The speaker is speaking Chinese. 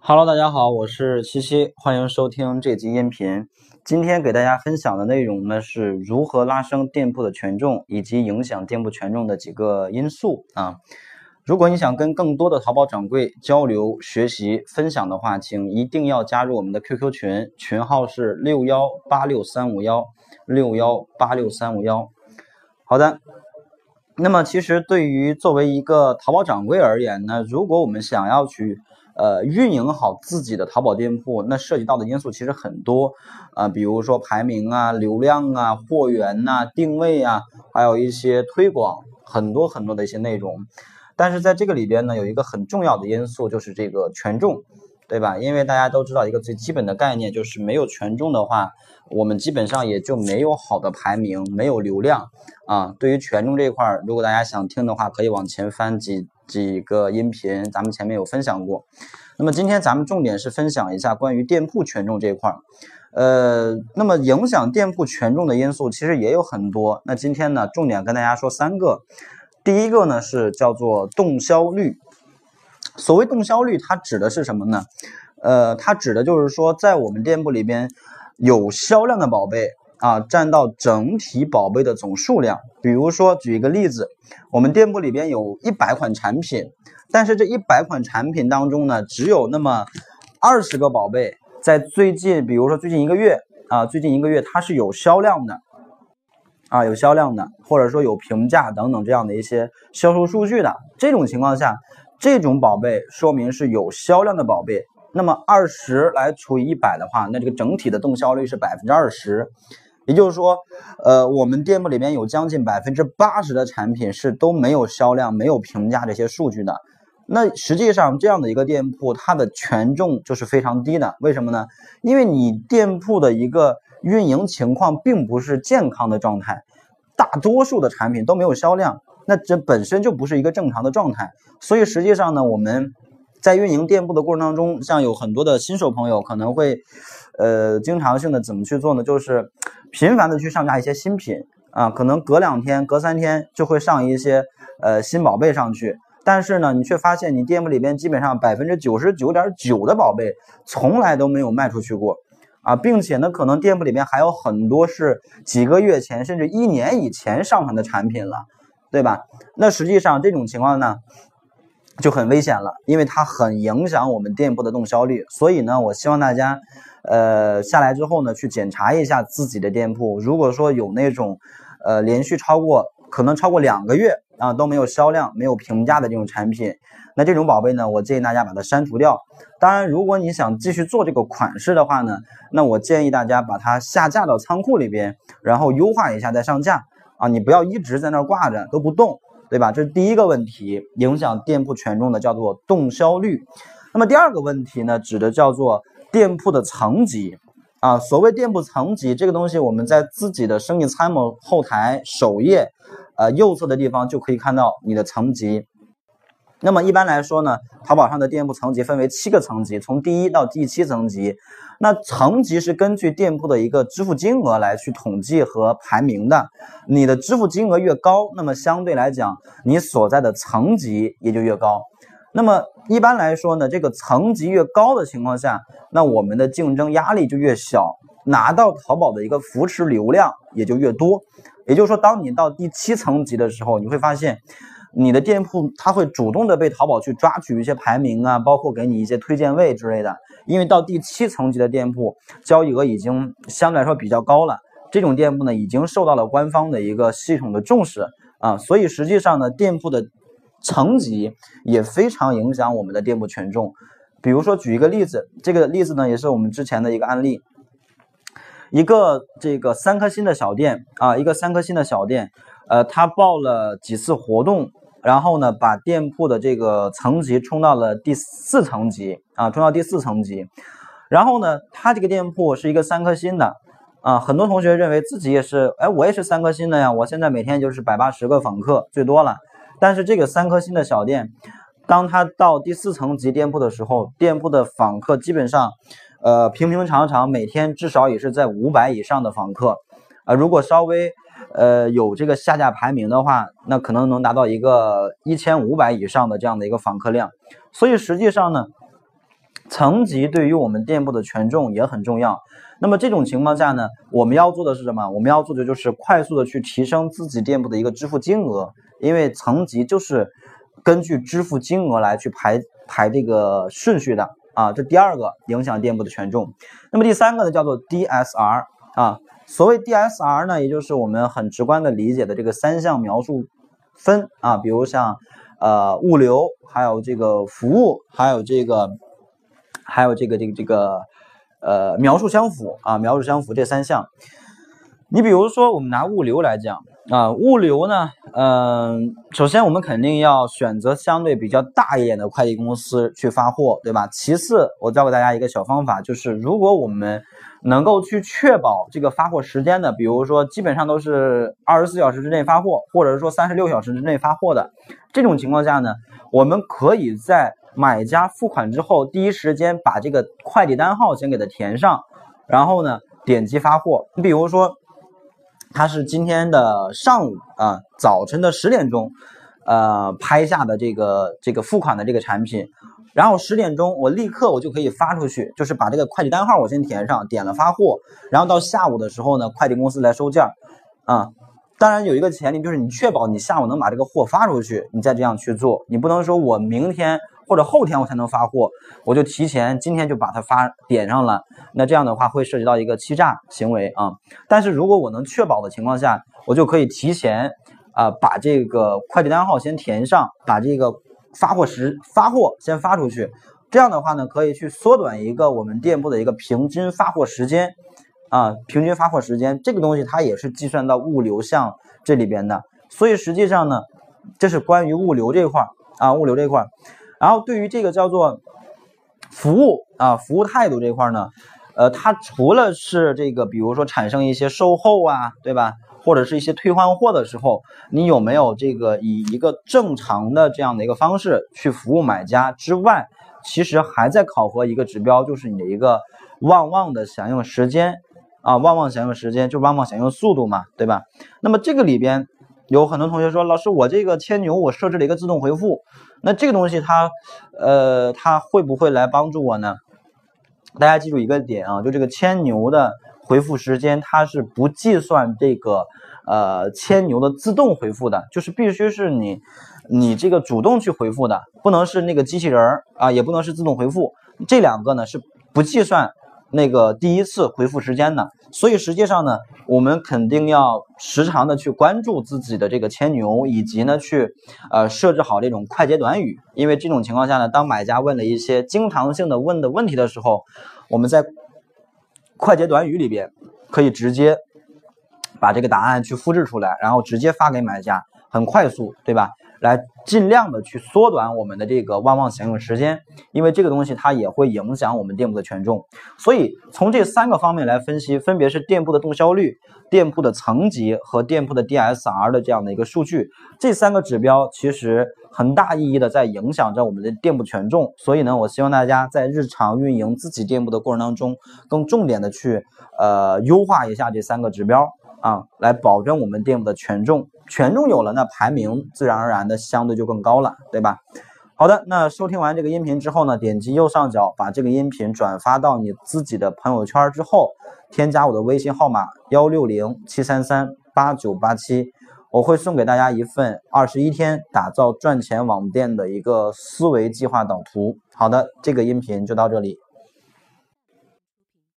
Hello，大家好，我是七七，欢迎收听这集音频。今天给大家分享的内容呢是如何拉升店铺的权重，以及影响店铺权重的几个因素啊。如果你想跟更多的淘宝掌柜交流、学习、分享的话，请一定要加入我们的 QQ 群，群号是61863516186351。好的。那么其实对于作为一个淘宝掌柜而言呢，如果我们想要去运营好自己的淘宝店铺，那涉及到的因素其实很多比如说排名啊、流量啊、货源啊、定位啊，还有一些推广，很多的一些内容。但是在这个里边呢，有一个很重要的因素，就是这个权重，对吧？因为大家都知道一个最基本的概念，就是没有权重的话，我们基本上也就没有好的排名，没有流量啊。对于权重这一块，如果大家想听的话，可以往前翻几个音频，咱们前面有分享过。那么今天咱们重点是分享一下关于店铺权重这一块。那么影响店铺权重的因素其实也有很多。那今天呢，重点跟大家说3个。第一个呢是叫做动销率。所谓动销率，它指的是什么呢？它指的就是说，在我们店铺里边有销量的宝贝占到整体宝贝的总数量。比如说举一个例子，我们店铺里边有100款产品，但是这100款产品当中呢，只有那么20个宝贝在比如说最近一个月它是有销量的或者说有评价等等这样的一些销售数据的。这种情况下，这种宝贝说明是有销量的宝贝。那么20来除以100的话，那这个整体的动销率是 20%。也就是说我们店铺里面有将近 80% 的产品是都没有销量、没有评价这些数据的。那实际上这样的一个店铺，它的权重就是非常低的。为什么呢？因为你店铺的一个运营情况并不是健康的状态，大多数的产品都没有销量，那这本身就不是一个正常的状态。所以实际上呢，我们在运营店铺的过程当中，像有很多的新手朋友可能会经常性的怎么去做呢？就是频繁的去上架一些新品可能隔2天、隔3天就会上一些新宝贝上去。但是呢，你却发现你店铺里边基本上 99.9% 的宝贝从来都没有卖出去过并且呢，可能店铺里边还有很多是几个月前甚至1年以前上传的产品了，对吧？那实际上这种情况呢就很危险了，因为它很影响我们店铺的动销率。所以呢，我希望大家下来之后呢，去检查一下自己的店铺。如果说有那种连续可能超过2个月都没有销量、没有评价的这种产品，那这种宝贝呢，我建议大家把它删除掉。当然，如果你想继续做这个款式的话呢，那我建议大家把它下架到仓库里边，然后优化一下再上架你不要一直在那挂着都不动，对吧？这是第一个问题，影响店铺权重的叫做动销率。那么第二个问题呢，指的叫做店铺的层级所谓店铺层级这个东西，我们在自己的生意参谋后台首页右侧的地方就可以看到你的层级。那么一般来说呢，淘宝上的店铺层级分为7个层级，从第1到第7层级。那层级是根据店铺的一个支付金额来去统计和排名的。你的支付金额越高，那么相对来讲，你所在的层级也就越高。那么一般来说呢，这个层级越高的情况下，那我们的竞争压力就越小，拿到淘宝的一个扶持流量也就越多。也就是说，当你到第7层级的时候，你会发现你的店铺它会主动的被淘宝去抓取一些排名包括给你一些推荐位之类的。因为到第7层级的店铺，交易额已经相对来说比较高了，这种店铺呢已经受到了官方的一个系统的重视所以实际上呢，店铺的层级也非常影响我们的店铺权重。比如说举一个例子，这个例子呢也是我们之前的一个案例。一个这个3颗星的小店他报了几次活动，然后呢把店铺的这个层级冲到了第4层级然后呢他这个店铺是一个3颗星的很多同学认为自己也是我也是3颗星的呀，我现在每天就是180个访客最多了。但是这个3颗星的小店，当他到第4层级店铺的时候，店铺的访客基本上平平常常每天至少也是在500以上的访客如果稍微有这个下架排名的话，那可能能达到一个1500以上的这样的一个访客量。所以实际上呢， 层级对于我们店铺的权重也很重要。那么这种情况下呢，我们要做的是什么？我们要做的就是快速的去提升自己店铺的一个支付金额，因为层级就是根据支付金额来去排这个顺序的啊。这第二个影响店铺的权重。那么第三个呢，叫做 DSR 啊。所谓 DSR 呢，也就是我们很直观的理解的这个3项描述分啊，比如像物流，还有这个服务，还有这个描述相符啊，描述相符这3项。你比如说我们拿物流来讲啊，物流呢，首先我们肯定要选择相对比较大一点的快递公司去发货，对吧？其次，我教给大家一个小方法，就是如果我们能够去确保这个发货时间的，比如说基本上都是24小时之内发货，或者是说36小时之内发货的，这种情况下呢，我们可以在买家付款之后，第一时间把这个快递单号先给它填上，然后呢点击发货。你比如说它是今天的上午啊，早晨的10点钟拍下的这个付款的这个产品，然后10点钟我立刻我就可以发出去，就是把这个快递单号我先填上，点了发货，然后到下午的时候呢，快递公司来收件啊。当然有一个前提，就是你确保你下午能把这个货发出去，你再这样去做。你不能说我明天或者后天我才能发货，我就提前今天就把它点上了，那这样的话会涉及到一个欺诈行为啊。但是如果我能确保的情况下，我就可以提前把这个快递单号先填上，把这个发货先发出去，这样的话呢，可以去缩短一个我们店铺的一个平均发货时间啊，平均发货时间这个东西它也是计算到物流项这里边的。所以实际上呢，这是关于物流这块啊，物流这块。然后对于这个叫做服务啊，服务态度这块呢，它除了是这个，比如说产生一些售后啊，对吧？或者是一些退换货的时候，你有没有这个以一个正常的这样的一个方式去服务买家之外，其实还在考核一个指标，就是你的一个旺的响应时间啊，旺响应时间就旺响应速度嘛，对吧？那么这个里边有很多同学说，老师我这个千牛我设置了一个自动回复，那这个东西它会不会来帮助我呢？大家记住一个点啊，就这个千牛的回复时间，它是不计算这个千牛的自动回复的，就是必须是你这个主动去回复的，不能是那个机器人啊，也不能是自动回复，这两个呢是不计算那个第一次回复时间的。所以实际上呢，我们肯定要时常的去关注自己的这个千牛，以及呢去设置好这种快捷短语，因为这种情况下呢，当买家问了一些经常性的问的问题的时候，我们在快捷短语里边可以直接把这个答案去复制出来，然后直接发给买家，很快速，对吧？来尽量的去缩短我们的这个旺响应时间，因为这个东西它也会影响我们店铺的权重。所以从这3个方面来分析，分别是店铺的动销率、店铺的层级和店铺的 DSR 的这样的一个数据，这3个指标其实很大意义的在影响着我们的店铺权重。所以呢，我希望大家在日常运营自己店铺的过程当中，更重点的去优化一下这3个指标啊，来保证我们店铺的权重。权重有了，那排名自然而然的相对就更高了，对吧？好的，那收听完这个音频之后呢，点击右上角把这个音频转发到你自己的朋友圈之后，添加我的微信号码160-733-8987，我会送给大家一份21天打造赚钱网店的一个思维计划导图。好的，这个音频就到这里。